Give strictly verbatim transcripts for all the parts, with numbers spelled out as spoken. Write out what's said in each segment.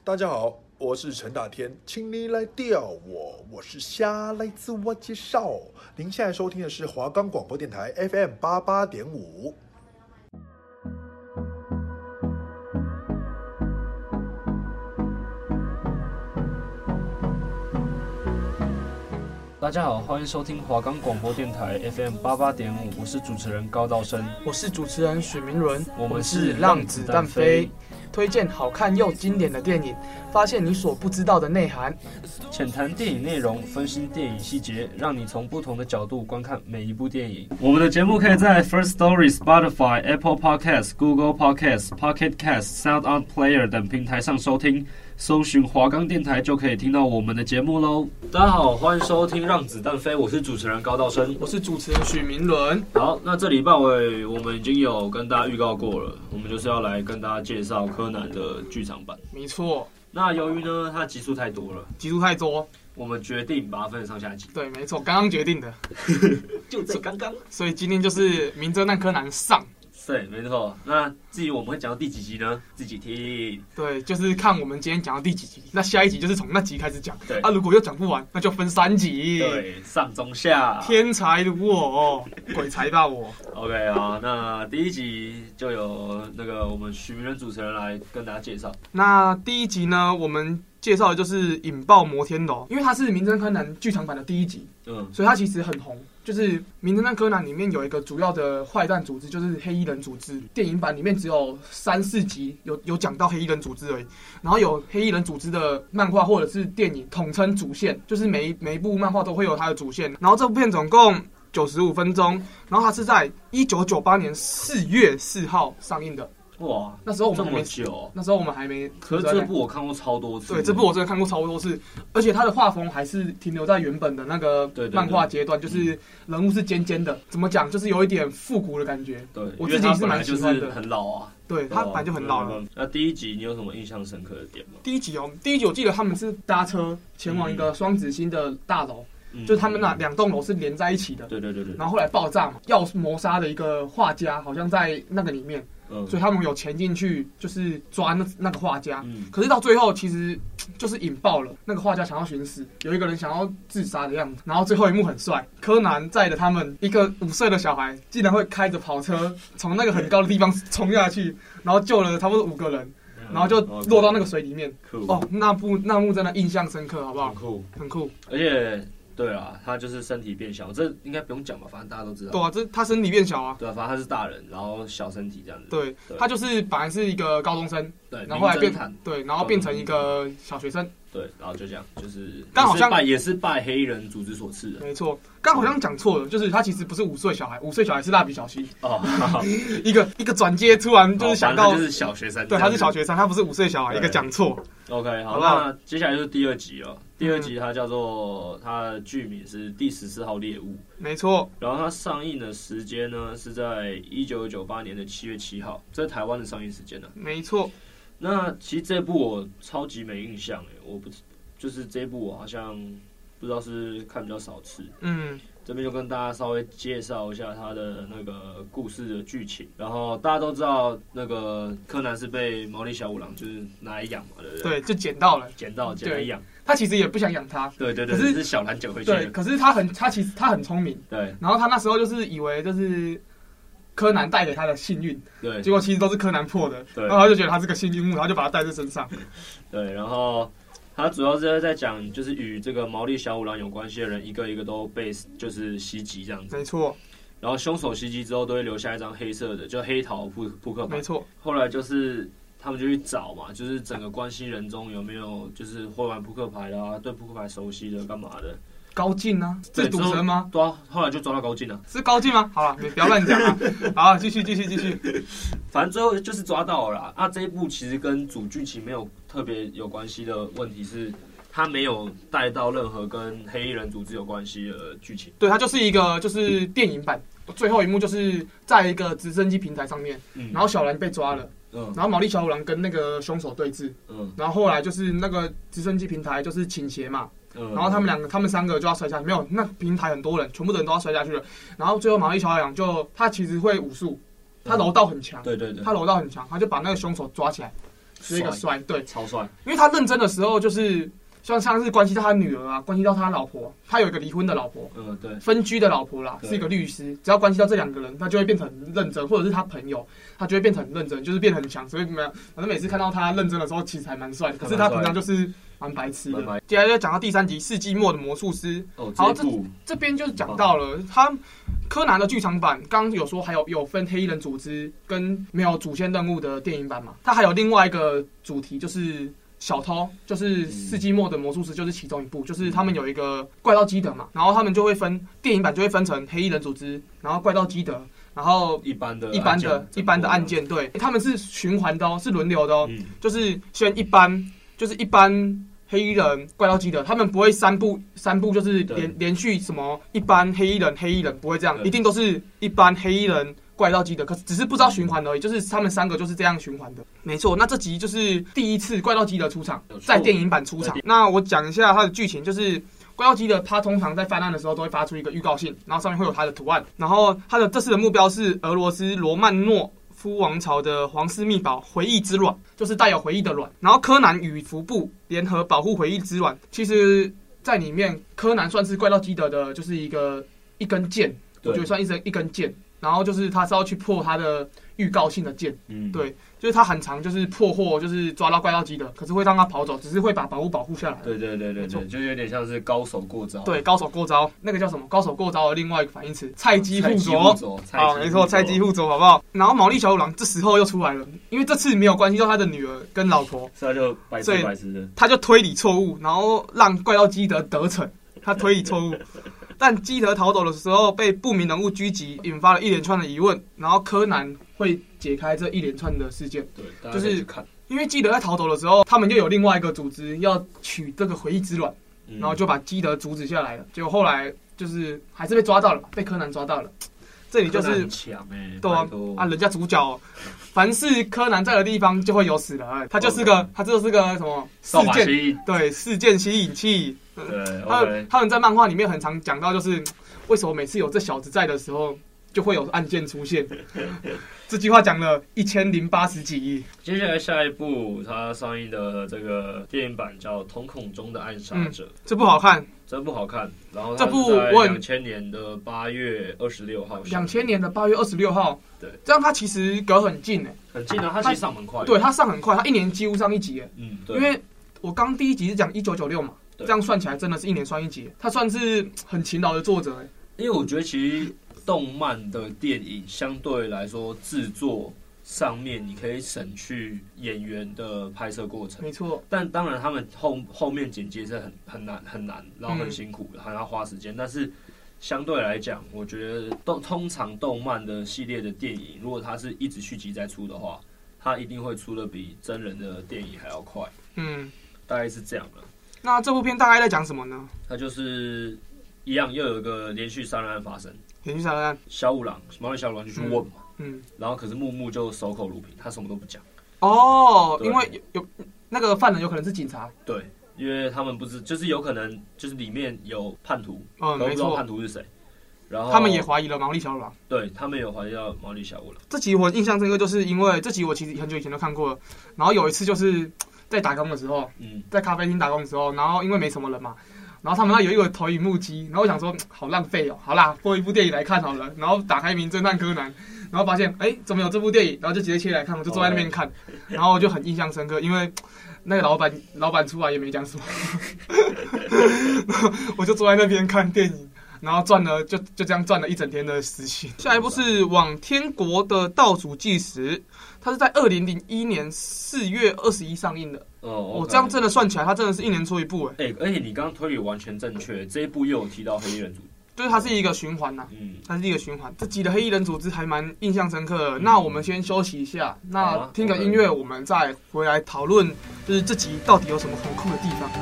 大家好，我是陈大天，请你来钓我，我是虾，来自我介绍。您现在收听的是华冈广播电台 F M 八八点五。 大家好，欢迎收听华冈广播电台 F M 八八点五，我是主持人高道生， 我是主持人许明伦， 我们是让子弹飞，推荐好看又经典的电影，发现你所不知道的内涵， 浅谈电影内容，分析电影细节，让你从不同的角度观看每一部电影。我们的节目可以在 First Story、Spotify、Apple Podcasts、Google Podcasts、Pocket Casts、Sound On Player 等平台上收听。搜寻华冈电台就可以听到我们的节目喽。大家好，欢迎收听《让子弹飞》，我是主持人高道生， 我是主持人许明伦。 好，那这礼拜尾我们已经有跟大家预告过了，我们就是要来跟大家介绍柯南的剧场版。 没错。 那由于呢，它集数太多了， 集数太多， 我们决定把它分成上下集。 对，没错，刚刚决定的， 就在刚刚。 所以今天就是《名侦探柯南》上。 对，没错。那至于我们会讲到第几集呢？自己听。 对，就是看我们今天讲到第几集，那下一集就是从那集开始讲。 对。 啊，如果又讲不完，那就分三集。 对，上中下。 天才如我，鬼才到我。 OK 啊，那第一集就由那个我们许明伦主持人来跟大家介绍。 那第一集呢，我们介绍的就是引爆摩天楼，因为它是《名侦探柯南》剧场版的第一集，嗯，所以它其实很红。就是《名侦探柯南》里面有一个主要的坏蛋组织，就是黑衣人组织。电影版里面只有三四集有有讲到黑衣人组织而已，然后有黑衣人组织的漫画或者是电影统称主线，就是每一每一部漫画都会有它的主线。然后这部片总共九十五分钟，然后它是在一九九八年四月四号上映的。 哇， 那时候我们还没这么久， 那时候我们还没。 可是这部我看过超多次。 对，这部我真的看过超多次，而且它的画风还是停留在原本的那个漫画阶段，就是人物是尖尖的，怎么讲，就是有一点复古的感觉。 对， 我自己是蛮喜欢的。 很老啊。 对，它本来就很老了。 那第一集你有什么印象深刻的点吗？ 第一集哦，第一集我记得他们是搭车前往一个双子星的大楼。嗯、就是他们那两栋楼是连在一起的， 对对对对。 然后后来爆炸嘛，要谋杀的一个画家好像在那个里面，嗯、所以他们有潜进去，就是抓那那个画家。嗯、可是到最后其实就是引爆了，那个画家想要寻死，有一个人想要自杀的样子。然后最后一幕很帅，柯南载着他们一个五岁的小孩，竟然会开着跑车从那个很高的地方冲下去，然后救了差不多五个人。然后就落到那个水里面。 酷哦，那部那幕真的印象深刻，好不好？ 很酷， 很酷， 而且。对啊，他就是身体变小，这应该不用讲吧，反正大家都知道。 对啊，这他身体变小啊。 对啊，反正他是大人，然后小身体这样子。 对，对他就是本来是一个高中生， 对， 然后后来变对，然后变成一个小学生。对， 然后就这样，就是刚好像拜也是拜黑衣人组织所赐的。 没错，刚好像讲错了，就是他其实不是五岁小孩，五岁小孩是蜡笔小新。 哦， 一个一个转接，突然就是想到， 就是小学生。 对，他是小学生，他不是五岁小孩，一个讲错。 OK， 好，那接下来就是第二集了。第二集它叫做它的剧名是第十四号猎物， 没错。 然后它上映的时间呢是在一九九八年的七月七号，这是台湾的上映时间呢。 没错。 那其实这部我超级没印象哎，我不就是这部我好像不知道是看比较少次。嗯。这边就跟大家稍微介绍一下他的那个故事的剧情，然后大家都知道那个柯南是被毛利小五郎就是拿来养嘛，对不对？ 对，就捡到了， 捡到捡来养。 他其实也不想养他， 对对对，可是是小兰捡回去的。 对，可是他很，他其实他很聪明， 对。 然后他那时候就是以为就是柯南带给他的幸运， 对， 结果其实都是柯南破的， 对。 然后他就觉得他是个幸运物，然后就把他带在身上， 对，然后。他主要是在讲，就是与这个毛利小五郎有关系的人，一个一个都被就是袭击这样子。 没错。 然后凶手袭击之后，都会留下一张黑色的，就黑桃扑扑克牌。 没错。 后来就是他们就去找嘛，就是整个关系人中有没有就是会玩扑克牌的啊，对扑克牌熟悉的，干嘛的？ 高进啊，是赌神吗？ 对啊，后来就抓到高进了。 是高进吗？好了，你不要乱讲啊！好，继续继续继续。 反正最后就是抓到了啦。啊，这一部其实跟主剧情没有特别有关系的问题是，他没有带到任何跟黑衣人组织有关系的剧情。 对，它就是一个就是电影版，最后一幕就是在一个直升机平台上面，嗯、然后小兰被抓了。嗯、然后毛利小五郎跟那个凶手对峙，嗯、然后后来就是那个直升机平台就是倾斜嘛，嗯、然后他们两个、他们三个就要摔下去，没有，那平台很多人，全部的人都要摔下去了。然后最后毛利小五郎就他其实会武术，他柔道很强， 对对对， 他柔道很强，他就把那个凶手抓起来， 是一个帅，对， 超帅。 因为他认真的时候，就是像像是关系到他女儿啊，关系到他老婆，他有一个离婚的老婆， 嗯，对， 分居的老婆啦，是一个律师。只要关系到这两个人，他就会变成很认真，或者是他朋友，他就会变成很认真，就是变得很强。所以没有，反正每次看到他认真的时候，其实还蛮帅的。可是他平常就是蛮白痴的。接下来就讲到第三集《世纪末的魔术师》。 哦， 好，这这边就是讲到了他柯南的剧场版，刚刚有说还有有分黑衣人组织跟没有主线任务的电影版嘛？它还有另外一个主题就是小偷，就是世纪末的魔术师，就是其中一部，就是他们有一个怪盗基德嘛，然后他们就会分电影版就会分成黑衣人组织，然后怪盗基德，然后一般的一般的一般的案件，对，他们是循环的哦，是轮流的哦，嗯、就是先一般就是一般黑衣人怪盗基德，他们不会三部三部就是连连续什么一般黑衣人黑衣人不会这样，一定都是一般黑衣人。怪盗基德，可是只是不知道循环而已，就是他们三个就是这样循环的，没错。那这集就是第一次怪盗基德出场，在电影版出场。那我讲一下它的剧情，就是怪盗基德他通常在犯案的时候都会发出一个预告信，然后上面会有他的图案，然后他的这次的目标是俄罗斯罗曼诺夫王朝的皇室秘宝回忆之卵，就是带有回忆的卵。然后柯南与服部联合保护回忆之卵，其实在里面柯南算是怪盗基德的，就是一个一根箭，我觉得算一根一根箭。然后就是他是要去破他的预告性的剑，嗯，对，就是他很常就是破获，就是抓到怪盗基德，可是会让他跑走，只是会把宝物保护下来。 对对对对对，就有点像是高手过招。 对，高手过招，那个叫什么？高手过招的另外一个反义词，菜鸡互啄。好，没错，菜鸡互啄，好不好？然后毛利小五郎这时候又出来了，因为这次没有关系到他的女儿跟老婆， 所以他就白痴白痴的， 他就推理错误，然后让怪盗基德得逞，他推理错误。但基德逃走的时候被不明人物狙击，引发了一连串的疑问。然后柯南会解开这一连串的事件， 对， 就是因为基德在逃走的时候，他们又有另外一个组织要取这个回忆之卵，嗯、然后就把基德阻止下来了。结果后来就是还是被抓到了，被柯南抓到了。这里就是很强哎， 对啊，啊，人家主角、哦，凡是柯南在的地方就会有死人，他就是个，他就是个什么事件，对，事件吸引器。 对， 他们他们在漫画里面很常讲到，就是为什么每次有这小子在的时候，就会有案件出现。这句话讲了一千零八十几亿。 接下来下一部它上映的这个电影版叫《瞳孔中的暗杀者》， 嗯，这部好看， 这部好看。然后这部我两千年的八月二十六号， 两千年的八月二十六号， 对， 这样它其实隔很近诶， 很近啊，它其实上很快， 对，它上很快，它一年几乎上一集诶， 嗯，对， 因为我刚第一集是讲一九九六嘛。这样算起来真的是一年算一集，他算是很勤劳的作者哎。 因为我觉得其实动漫的电影相对来说制作上面你可以省去演员的拍摄过程， 没错。 但当然他们后后面剪接是很很难很难，然后很辛苦的，还要花时间。但是相对来讲，我觉得动通常动漫的系列的电影，如果它是一直续集再出的话，它一定会出的比真人的电影还要快。嗯，大概是这样了。 那这部片大概在讲什么呢？ 它就是一样，又有一个连续杀人案发生。 连续杀人案， 小五郎毛利小五郎就去问嘛，嗯，然后可是木木就守口如瓶，他什么都不讲。 哦，因为有有那个犯人有可能是警察。 对，因为他们不知，就是有可能就是里面有叛徒， 嗯，没错， 叛徒是谁？然后他们也怀疑了毛利小五郎。 对，他们有怀疑到毛利小五郎。 这集我印象深刻，就是因为这集我其实很久以前都看过了，然后有一次就是在打工的时候，嗯，在咖啡厅打工的时候，然后因为没什么人嘛，然后他们那有一个投影幕机，然后我想说好浪费哦，好啦，播一部电影来看好了，然后打开《名侦探柯南》，然后发现哎怎么有这部电影，然后就直接切来看，我就坐在那边看，然后我就很印象深刻，因为那个老板老板出来也没讲什么，我就坐在那边看电影。然后赚了，就就这样赚了一整天的时薪。下一部是《往天国的倒数计时》，它是在二零零一年四月二十一上映的。哦，我、okay 哦、这样真的算起来，它真的是一年出一部哎。 哎，而且你刚刚推理完全正确，这一部又有提到黑衣人组， 就是它是一个循环呐、啊，嗯，它是一个循环。这集的黑衣人组织还蛮印象深刻的。嗯、那我们先休息一下，那听个音乐，我们再回来讨论，就是这集到底有什么很酷的地方。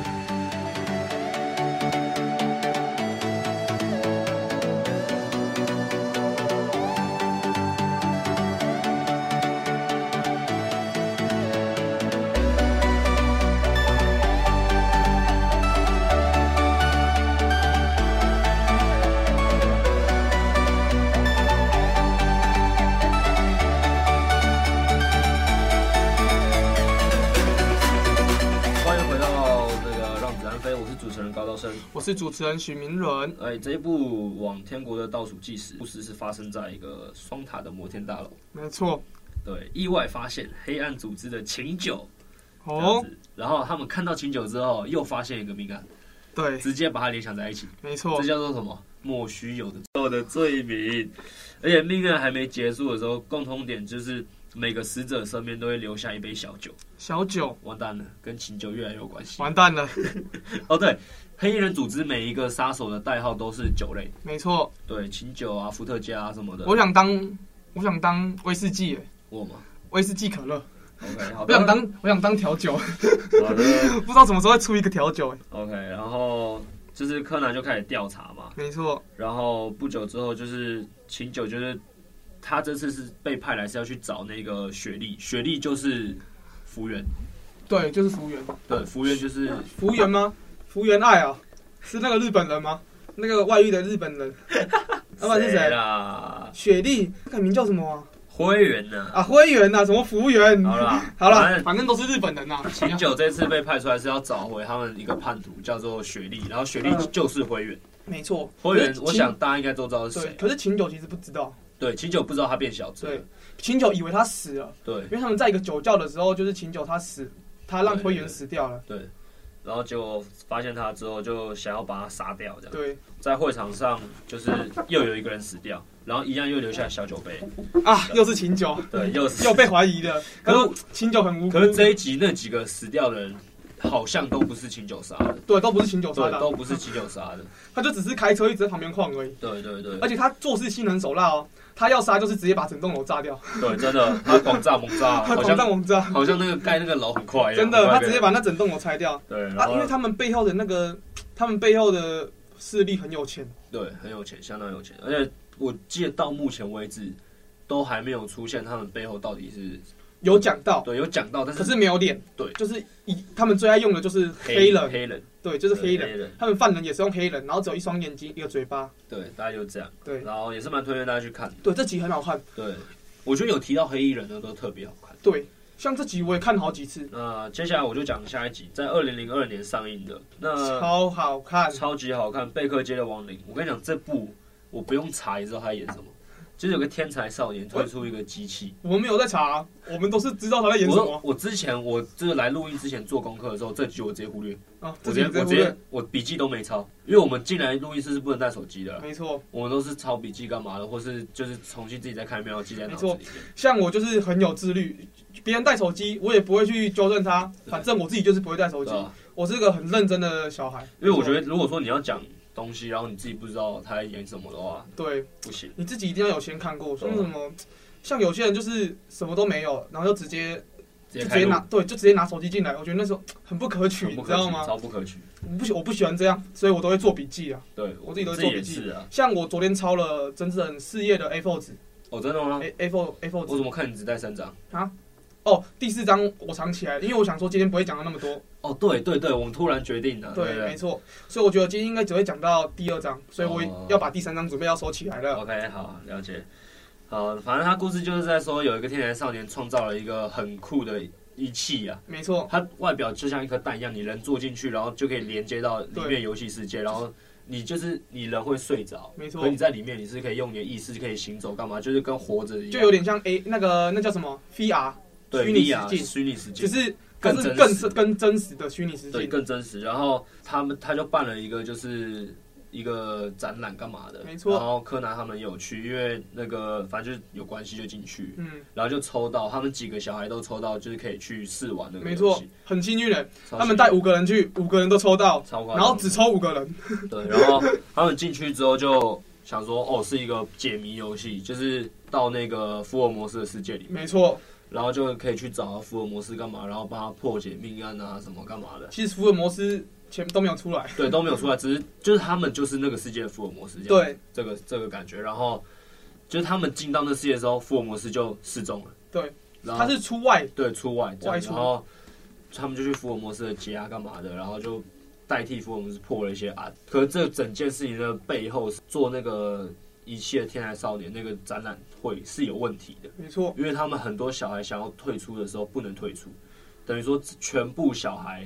飞，我是主持人高道生， 我是主持人许明伦。 哎，这一部往天国的倒数计时，故事是发生在一个双塔的摩天大楼。 没错。 对，意外发现黑暗组织的琴酒。 哦。 然后他们看到琴酒之后，又发现一个命案。 对。 直接把它联想在一起。 没错。 这叫做什么？莫须有的错的罪名。而且命案还没结束的时候，共同点就是每个死者身边都会留下一杯小酒。 小酒。 完蛋了，跟琴酒越来越有关系。 完蛋了。 哦，对，黑衣人组织每一个杀手的代号都是酒类。 没错。 对，琴酒啊、伏特加啊什么的。 我想当，我想当威士忌耶。 我吗？ 威士忌可乐。 OK， 好。 我想当，我想当调酒。好的。不知道什么时候会出一个调酒。 OK， 然后就是柯南就开始调查嘛。 没错。然后不久之后，就是琴酒，就是他这次是被派来是要去找那个雪莉，雪莉就是福原。 对，就是福原。 对，福原就是福原吗？福原爱啊，是那个日本人吗？那个外遇的日本人。老板是谁啦？ 雪莉，改名叫什么啊？ 灰原呢？ 啊，灰原呐，什么福原？ 好啦， 好啦，反正都是日本人呐。 琴酒这次被派出来是要找回他们一个叛徒，叫做雪莉，然后雪莉就是灰原。 没错， 灰原，我想大家应该都知道是谁。 可是琴酒其实不知道。对， 琴酒不知道他变小子。 对，琴酒以为他死了。对，因为他们在一个酒窖的时候，就是琴酒他死，他让灰原死掉了。 对。然后结果发现他之后，就想要把他杀掉，这样。 对， 在会场上就是又有一个人死掉，然后一样又留下小酒杯。 啊，又是琴酒。对， 又是又被怀疑的。可是琴酒很无辜。 可是这一集那几个死掉的人，好像都不是琴酒杀的。 对，都不是琴酒杀的。 都不是琴酒杀的。 他就只是开车一直在旁边晃而已。 对对对。 而且他做事心狠手辣哦。他要杀就是直接把整栋楼炸掉。 对，真的，他狂炸猛炸， 他狂炸猛炸， 好像那个盖那个楼很快一样。 真的，他直接把那整栋楼拆掉。 对， 啊，因为他们背后的那个，他们背后的势力很有钱。 对，很有钱，相当有钱。而且我记得到目前为止，都还没有出现他们背后到底是。 有讲到， 对，有讲到，但是可是没有脸。 对， 就是以他们最爱用的就是黑人， 黑人， 对，就是黑人。黑人他们犯人也是用黑人，然后只有一双眼睛，一个嘴巴。 对，大概就这样。 对， 然后也是蛮推荐大家去看。 对，这集很好看。 对，我觉得有提到黑衣人的都特别好看。 对，像这集我也看好几次。 那接下来我就讲下一集，在二零零二年上映的，那超好看， 超级好看，《贝克街的亡灵》。我跟你讲，这部我不用查也知道他演什么。就是有个天才少年推出一个机器， 我们没有在查、啊，我们都是知道他在演什么。 我, 我之前我就是来录音之前做功课的时候，这集我直接忽略啊， 我直接我直接我笔记都没抄，因为我们进来录音室是不能带手机的。 没错， 我们都是抄笔记干嘛的，或是就是重新自己再看，没有记在脑子里面。 像我就是很有自律，别人带手机我也不会去纠正他，反正我自己就是不会带手机。我是个很认真的小孩。 因为我觉得，如果说你要讲东西，然后你自己不知道他在演什么的话， 对， 不行。 你自己一定要有先看过，说什么，像有些人就是什么都没有，然后就直接就直接拿，对，就直接拿手机进来，我觉得那时候很不可取，你知道吗？ 超不可取。 我不喜我不喜欢这样，所以我都会做笔记啊。 对， 我自己都会做笔记啊。 像我昨天抄了整整四页的 A 四 纸。 哦，真的吗 ？A A 四 A 四 纸。 我怎么看你只带三张啊？哦，第四章我藏起来，因为我想说今天不会讲到那么多。 哦，对对对，我们突然决定的。 对，对没错。所以我觉得今天应该只会讲到第二章，所以我要把第三章准备要收起来了。 哦、OK， 好，了解。好，反正他故事就是在说，有一个天才少年创造了一个很酷的仪器啊。 没错。 它外表就像一颗蛋一样，你人坐进去，然后就可以连接到里面游戏世界，然后你就是你人会睡着， 没错。 可你在里面你是可以用你的意识可以行走干嘛，就是跟活着一样。 就有点像 A 那个那叫什么 V R。 对， 虚拟实境， 虚拟实境， 就是更是更更真实的虚拟实境， 对，更真实。然后他们他就办了一个就是一个展览干嘛的， 没错。 然后柯南他们有去，因为那个反正就有关系就进去， 嗯， 然后就抽到他们几个小孩都抽到，就是可以去试玩那个游戏， 没错，很幸运的。他们带五个人去，五个人都抽到， 超夸张， 然后只抽五个人。 对，然后他们进去之后就想说，哦，是一个解谜游戏，就是到那个福尔摩斯的世界里面， 没错。 然后就可以去找福尔摩斯干嘛，然后帮他破解命案啊什么干嘛的。 其实福尔摩斯前都没有出来， 对，都没有出来，只是就是他们就是那个世界的福尔摩斯这样，对，这个这个感觉。然后就是他们进到那世界的时候，福尔摩斯就失踪了。 对，他是出外， 对，出外外出， 然后他们就去福尔摩斯的家干嘛的，然后就代替福尔摩斯破了一些案。可是这整件事情的背后，做那个一切天才少年那个展览会是有问题的， 没错， 因为他们很多小孩想要退出的时候不能退出，等于说全部小孩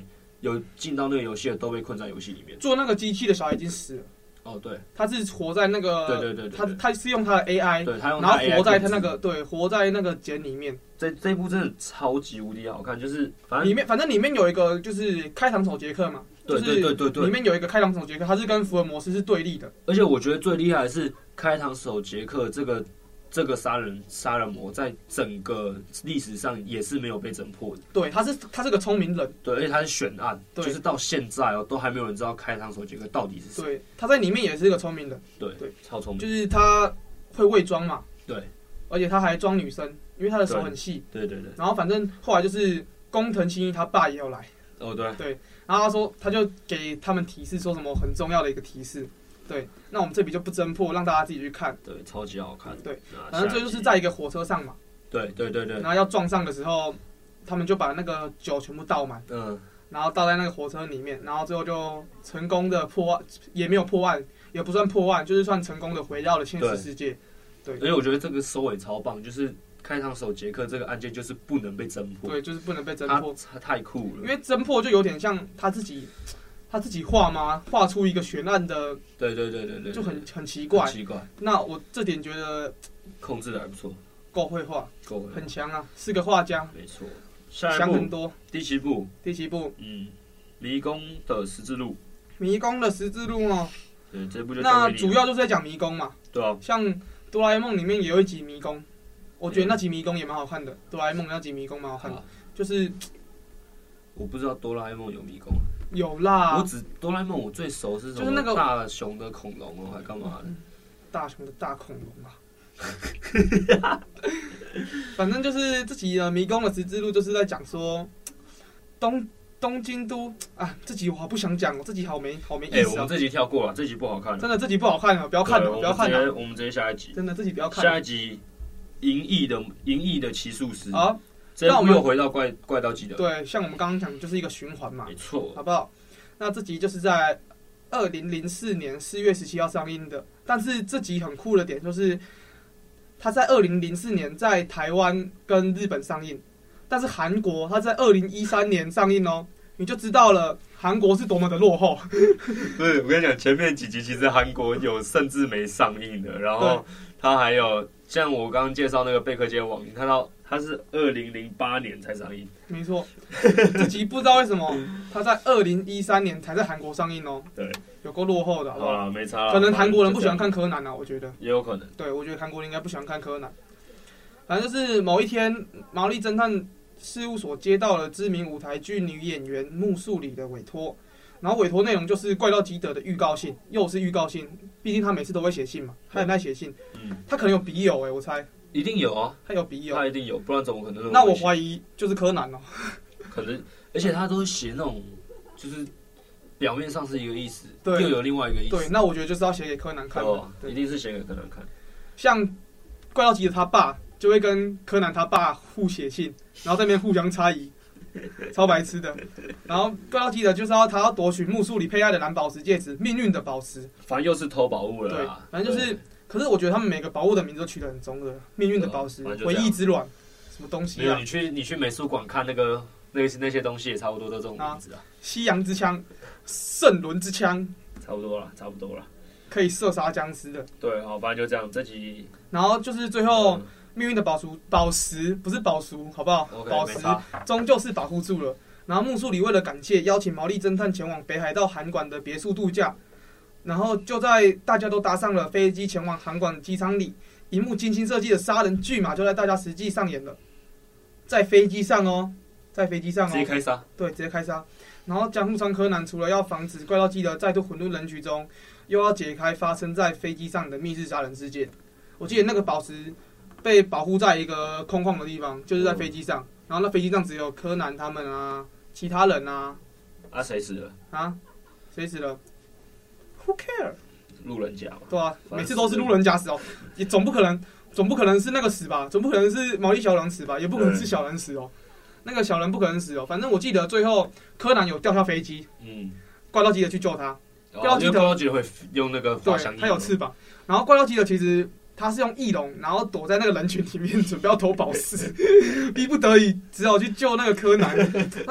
有进到那个游戏的都被困在游戏里面。 做那个机器的小孩已经死了。 哦，对， 他是活在那个， 对对对对， 他他是用他的 A I， 对，他用然后活在他那个，对，活在那个茧里面。 这这一部真的超级无敌好看，就是反正里面反正里面有一个就是开膛手杰克嘛， 对对对对对， 里面有一个开膛手杰克，他是跟福尔摩斯是对立的。 而且我觉得最厉害的是开膛手杰克这个这个杀人杀人魔，在整个历史上也是没有被侦破的。 对，他是他是个聪明人， 对，而且他是悬案，就是到现在哦，都还没有人知道开膛手杰克到底是谁。 对，他在里面也是个聪明人， 对对，超聪明， 就是他会伪装嘛， 对， 而且他还装女生。因为他的手很细， 对对对。 然后反正后来就是工藤新一他爸也有来， 哦对对。然后他说他就给他们提示，说什么很重要的一个提示，对。那我们这笔就不侦破，让大家自己去看。 对，超级好看。 对，反正这就是在一个火车上嘛。 对对对对。 然后要撞上的时候，他们就把那个酒全部倒满，嗯，然后倒在那个火车里面，然后最后就成功的破案，也没有破案，也不算破案，就是算成功的回到了现实世界。对。 而且我觉得这个收尾超棒，就是。开膛手杰克这个案件就是不能被侦破， 对，就是不能被侦破， 他太酷了。 因为侦破就有点像他自己，他自己画吗？画出一个悬案的， 对对对对对， 就很很奇怪。 很奇怪。 那我这点觉得控制的还不错， 够会画， 够会， 很强啊，是个画家。 没错。下一部强很多。 第七部， 第七部， 嗯，迷宫的十字路。 迷宫的十字路哦。 对，这部就那主要就是在讲迷宫嘛。 对啊。 像哆啦 A 梦里面也有一集迷宫。我觉得那集迷宫也蛮好看的，哆啦 A 梦那集迷宫蛮好看的，就是我不知道哆啦 A 梦有迷宫， 有啦。 我只哆啦 A 梦我最熟是什么？ 就是那个大雄的恐龙哦，还干嘛的？ 大雄的大恐龙啊！反正就是这集的迷宫的十字路，就是在讲说东东京都啊。这集我好不想讲哦，这集好没好没意思啊。 哎，我们这集跳过了，这集不好看。 真的，这集不好看了，不要看了，不要看了。 我们直接下一集。 真的，这集不要看。 下一集。银翼的银翼的骑术师啊， 这部又回到怪怪盗基德。 对，像我们刚刚讲，就是一个循环嘛， 没错， 好不好？那这集就是在二零零四年四月十七号上映的，但是这集很酷的点就是，它在二零零四年在台湾跟日本上映，但是韩国它在二零一三年上映哦，你就知道了韩国是多么的落后。 不是，我跟你讲，前面几集其实韩国有甚至没上映的，然后它还有。像我刚刚介绍那个贝克街网，你看到它是二零零八年才上映， 没错。这集不知道为什么它在二零一三年才在韩国上映哦。 对， 有够落后的，好不好？ 啊，没差。 可能韩国人不喜欢看柯南啊，我觉得也有可能。 对，我觉得韩国人应该不喜欢看柯南。反正就是某一天，毛利侦探事务所接到了知名舞台剧女演员木素里的委托。然后委托内容就是怪盗基德的预告信，又是预告信，毕竟他每次都会写信嘛，他很爱写信，嗯，他可能有笔友哎、欸，我猜， 一定有啊， 他有笔友， 他一定有，不然怎么可能？ 那我怀疑就是柯南哦， 可能，而且他都是写那种，就是表面上是一个意思， 对， 又有另外一个意思， 对，那我觉得就是要写给柯南看的， 哦、一定是写给柯南看。 像怪盗基德他爸就会跟柯南他爸互写信，然后在那边互相猜疑。超白痴的，然后怪盗基德就是要他要夺取木素里佩爱的蓝宝石戒指，命运的宝石。 反正又是偷宝物了啦。 对，反正就是，可是我觉得他们每个宝物的名字都取得很中二，命运的宝石、回忆之卵，什么东西啊？ 没有，你去你去美术馆看那个那那些东西也差不多都这种名字啊。 西洋之枪，圣伦之枪， 差不多了，差不多了。 可以射杀僵尸的。 对，好，反正就这样，这集。 然后就是最后。嗯命运的宝石，宝石不是宝石，好不好？ Okay, 宝石终究是保护住了。然后木素里为了感谢，邀请毛利侦探前往北海道函馆的别墅度假。然后就在大家都搭上了飞机前往函馆机场里，一幕精心设计的杀人巨马就在大家实际上演了。在飞机上哦，在飞机上哦， 直接开杀， 对，直接开杀。然后江户川柯南除了要防止怪盗基德再度混入人群中，又要解开发生在飞机上的密室杀人事件。我记得那个宝石。被保护在一个空旷的地方，就是在飞机上。嗯、然后那飞机上只有柯南他们啊，其他人啊。 啊，谁死了？ 啊，谁死了 ？Who care？ 路人甲嘛。 对啊，每次都是路人甲死哦，也总不可能，总不可能是那个死吧？总不可能是毛利小狼死吧？也不可能是小人死哦。那个小人不可能死哦。反正我记得最后柯南有掉下飞机，嗯，怪盗基德去救他。 怪盗基德，怪盗基德会用那个滑翔翼， 他有翅膀。然后怪盗基德其实。他是用翼龙，然后躲在那个人群里面，准备要偷宝石，逼不得已只好去救那个柯南。那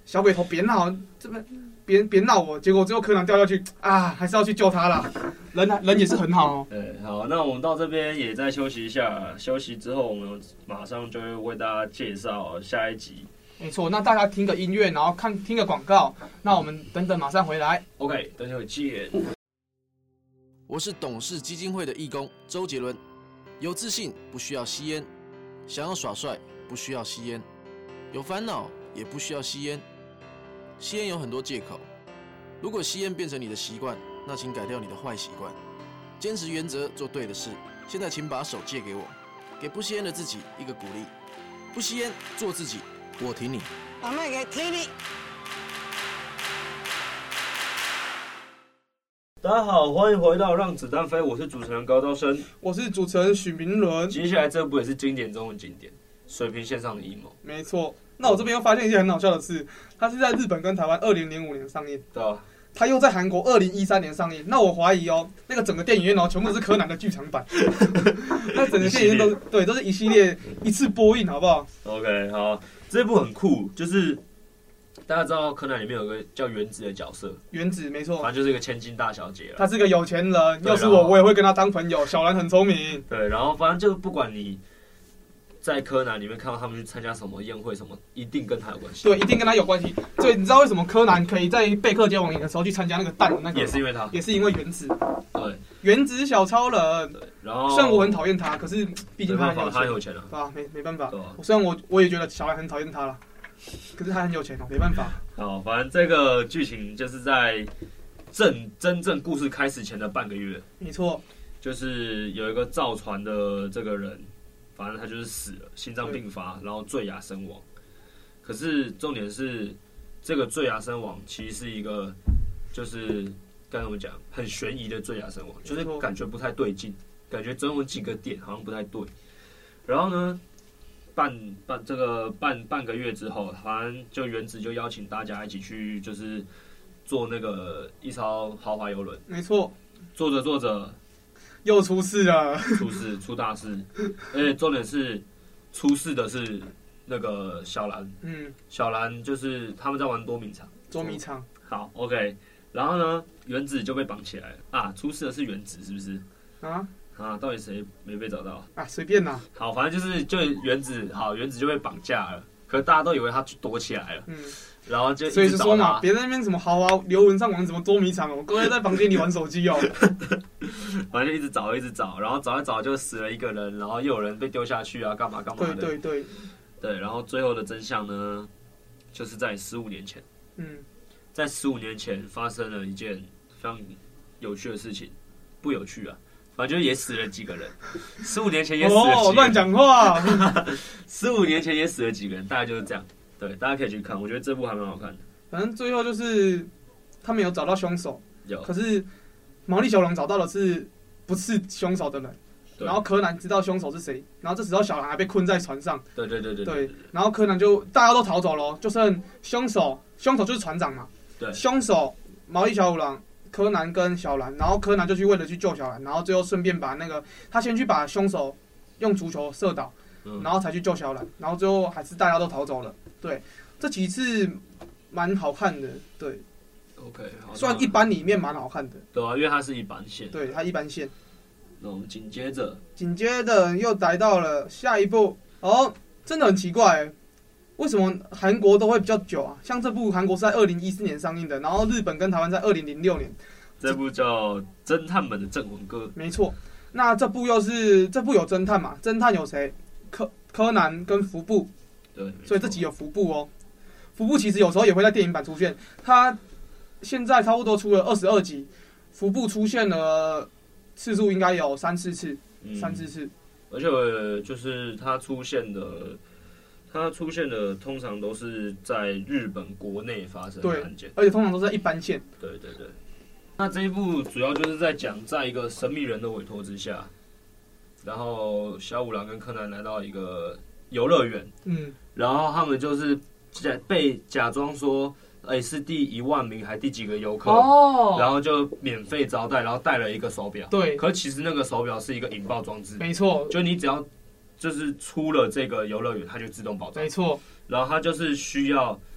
小鬼头别闹，这边别别闹我，结果最后柯南掉下去啊，还是要去救他啦。人人也是很好哦。 对，好，那我们到这边也再休息一下，休息之后我们马上就会为大家介绍下一集。 没错，那大家听个音乐，然后看听个广告，那我们等等马上回来。 OK， 等会见。 我是董事基金会的义工周杰伦，有自信不需要吸烟，想要耍帅不需要吸烟，有烦恼也不需要吸烟。吸烟有很多借口，如果吸烟变成你的习惯，那请改掉你的坏习惯，坚持原则，做对的事。现在请把手借给我，给不吸烟的自己一个鼓励。不吸烟，做自己，我挺你。 我们也挺你。 大家好，欢迎回到《让子弹飞》，我是主持人高道生， 我是主持人许明伦。 接下来这部也是经典中的经典，水平线上的阴谋。 没错，那我这边又发现一件很好笑的事，它是在日本跟台湾二零零五年上映， 对啊， 它又在韩国二零一三年上映。那我怀疑哦，那个整个电影院哦，全部都是柯南的剧场版，那整个电影院都对，都是一系列一次播映，好不好 ？OK， 好，这部很酷，就是大家知道柯南里面有个叫原子的角色， 原子没错， 反正就是一个千金大小姐了。 她是个有钱人，要是我，我也会跟她当朋友。小兰很聪明， 对，然后反正就不管你在柯南里面看到他们去参加什么宴会什么，一定跟他有关系。 对，一定跟他有关系。所以你知道为什么柯南可以在贝克街亡灵的时候去参加那个蛋的那个？ 也是因为他， 也是因为原子。 对， 原子小超人。 对，然后虽然我很讨厌他，可是毕竟他很有钱， 他很有钱了， 对吧？没没办法。 对啊， 虽然我我也觉得小兰很讨厌他了，可是他很有钱哦，没办法。 好，反正这个剧情就是在正真正故事开始前的半个月， 没错， 就是有一个造船的这个人，反正他就是死了，心脏病发，然后坠崖身亡。可是重点是，这个坠崖身亡其实是一个，就是该怎么讲，很悬疑的坠崖身亡，就是感觉不太对劲，感觉总有几个点好像不太对。然后呢，半半这个半半个月之后，反正就原子就邀请大家一起去，就是坐那个一艘豪华邮轮。 没错， 坐着坐着。 又出事了， 出事出大事，而且重点是出事的是那个小兰，嗯，小兰就是他们在玩捉迷藏， 捉迷藏， 好 ，OK， 然后呢，原子就被绑起来了啊，出事的是原子是不是？啊啊，到底谁没被找到啊？随便啦， 好，反正就是就原子，好，原子就被绑架了，可是大家都以为他躲起来了，嗯。然后就所以是说嘛，别在那边什么豪华游轮上玩什么捉迷藏哦，各位在房间里玩手机哦。 反正就一直找，一直找，然后找一找就死了一个人，然后又有人被丢下去啊，干嘛干嘛的。 对对对， 对，然后最后的真相呢，就是在十五年前，嗯，在十五年前发生了一件非常有趣的事情，不有趣啊，反正就也死了几个人。十五年前也死了几个人。 哦，乱讲话。 十五年前也死了几个人，大概就是这样。对，大家可以去看，我觉得这部还蛮好看的。 反正最后就是他们有找到凶手， 有， 可是毛利小五郎找到的是不是凶手的人，然后柯南知道凶手是谁，然后这时候小兰还被困在船上。 对对对对对, 对，然后柯南就大家都逃走了，就剩凶手，凶手就是船长嘛。 对， 凶手毛利小五郎、柯南跟小兰，然后柯南就去为了去救小兰，然后最后顺便把那个他先去把凶手用足球射倒。然后才去救小兰，然后最后还是大家都逃走了。对，这几次蛮好看的。对 ，OK， 好， 算一般里面蛮好看的。 对啊，因为它是一般线。 对，它一般线。 那我们紧接着， 紧接着又来到了下一部。哦，真的很奇怪，为什么韩国都会比较久啊？像这部韩国是在二零一四年上映的，然后日本跟台湾在二零零六年。 这部叫《侦探们的镇魂歌》。 没错，那这部又是这部有侦探嘛？侦探有谁？柯柯南跟服部， 对， 所以这集有服部哦。服部其实有时候也会在电影版出现，他现在差不多出了二十二集，服部出现了次数应该有三四次，嗯、三四次。 而且就是他出现的，他出现的通常都是在日本国内发生的案件， 而且通常都是在一般线。 对对对。那这一部主要就是在讲，在一个神秘人的委托之下。然后小五郎跟柯南来到一个游乐园，嗯，然后他们就是假被假装说，哎，是第一万名还第几个游客，哦，然后就免费招待，然后带了一个手表， 对， 可其实那个手表是一个引爆装置， 没错， 就你只要就是出了这个游乐园，它就自动爆炸， 没错， 然后它就是需要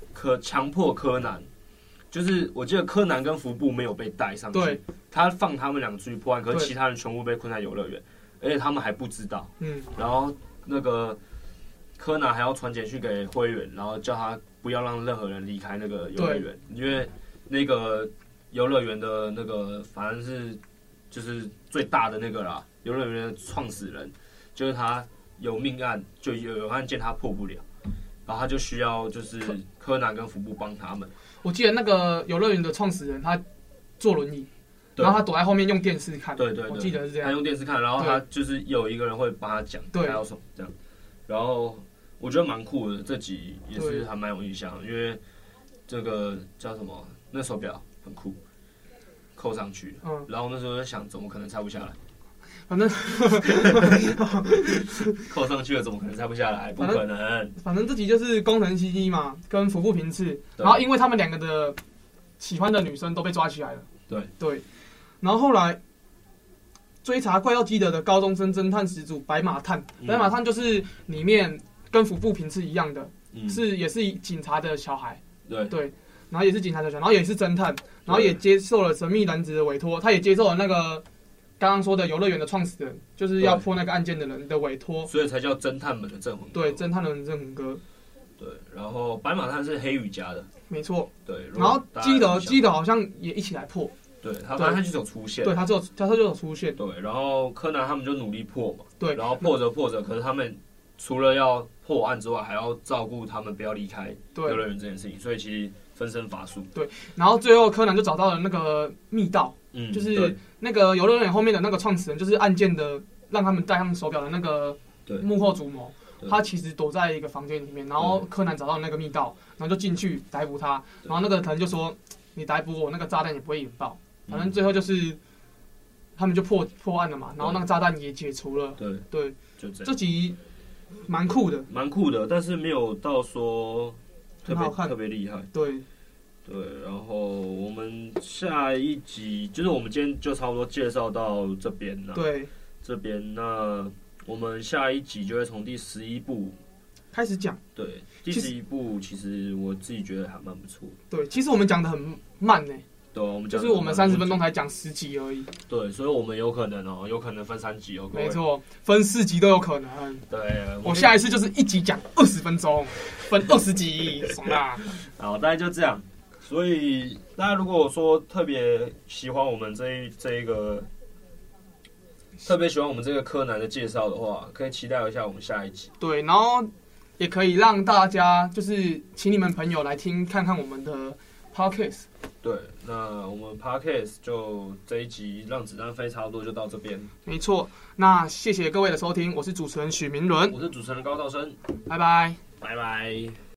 可强迫柯南，就是我记得柯南跟服部没有被带上去， 对， 他放他们两个出去破案，可是其他人全部被困在游乐园，而且他们还不知道。嗯，然后那个柯南还要传简讯给灰原，然后叫他不要让任何人离开那个游乐园，因为那个游乐园的那个反正是就是最大的那个啦，游乐园的创始人就是他有命案，就有有案件他破不了。然后他就需要就是柯南跟服部帮他们。 我记得那个游乐园的创始人他坐轮椅，然后他躲在后面用电视看。 对对对， 我记得是这样。 他用电视看，然后他就是有一个人会帮他讲他要什么这样。然后我觉得蛮酷的，这集也是还蛮有印象，因为这个叫什么那手表很酷，扣上去，嗯，然后那时候在想怎么可能拆不下来。 反正扣上去了，怎么可能拆不下来？不可能。 反正这集就是工藤新一嘛，跟服部平次，然后因为他们两个的喜欢的女生都被抓起来了。 对对，然后后来追查怪盗基德的高中生侦探始祖白马探，嗯、白马探就是里面跟服部平次一样的，嗯、是也是警察的小孩。 对对，然后也是警察的小孩，然后也是侦探，然后也接受了神秘男子的委托，他也接受了那个。刚刚说的游乐园的创始人，就是要破那个案件的人的委托， 所以才叫侦探们的镇魂歌。 对，侦探们的镇魂歌。 对，然后白马探是黑羽家的， 没错。 对， 然后基德基德好像也一起来破。 对，他反正他就有出现。 对，他就他就有出现。 对，然后柯南他们就努力破嘛。 对， 然后破着破着，可是他们除了要破案之外，还要照顾他们不要离开游乐园这件事情，所以其实分身乏术。 对，然后最后柯南就找到了那个密道。嗯，就是那个游乐园后面的那个创始人，就是案件的让他们戴他们手表的那个幕后主谋，他其实躲在一个房间里面，然后柯南找到那个密道，然后就进去逮捕他，然后那个人就说：“你逮捕我，那个炸弹也不会引爆。”反正最后就是他们就破破案了嘛，然后那个炸弹也解除了。 对对， 就这样。 这集蛮酷的， 蛮酷的，但是没有到说特别很好看， 特别厉害。 对。 对，然后我们下一集就是我们今天就差不多介绍到这边了。 对， 这边那我们下一集就会从第十一部开始讲。 对，第十一部其实我自己觉得还蛮不错。 对，其实我们讲的很慢呢、欸。 对，我们讲就是我们三十分钟才讲十集而已。 对，所以我们有可能哦，有可能分三集哦。 没错，分四集都有可能。 对， 我下一次就是一集讲二十分钟，分二十集，爽啦！ 好，大概就这样。所以大家如果说特别喜欢我们这一这一个，特别喜欢我们这个柯南的介绍的话，可以期待一下我们下一集。 对，然后也可以让大家就是请你们朋友来听看看我们的 podcast。 对，那我们 podcast 就这一集让子弹飞差不多就到这边。 没错，那谢谢各位的收听，我是主持人许明伦， 我是主持人高道生， 拜拜， 拜拜。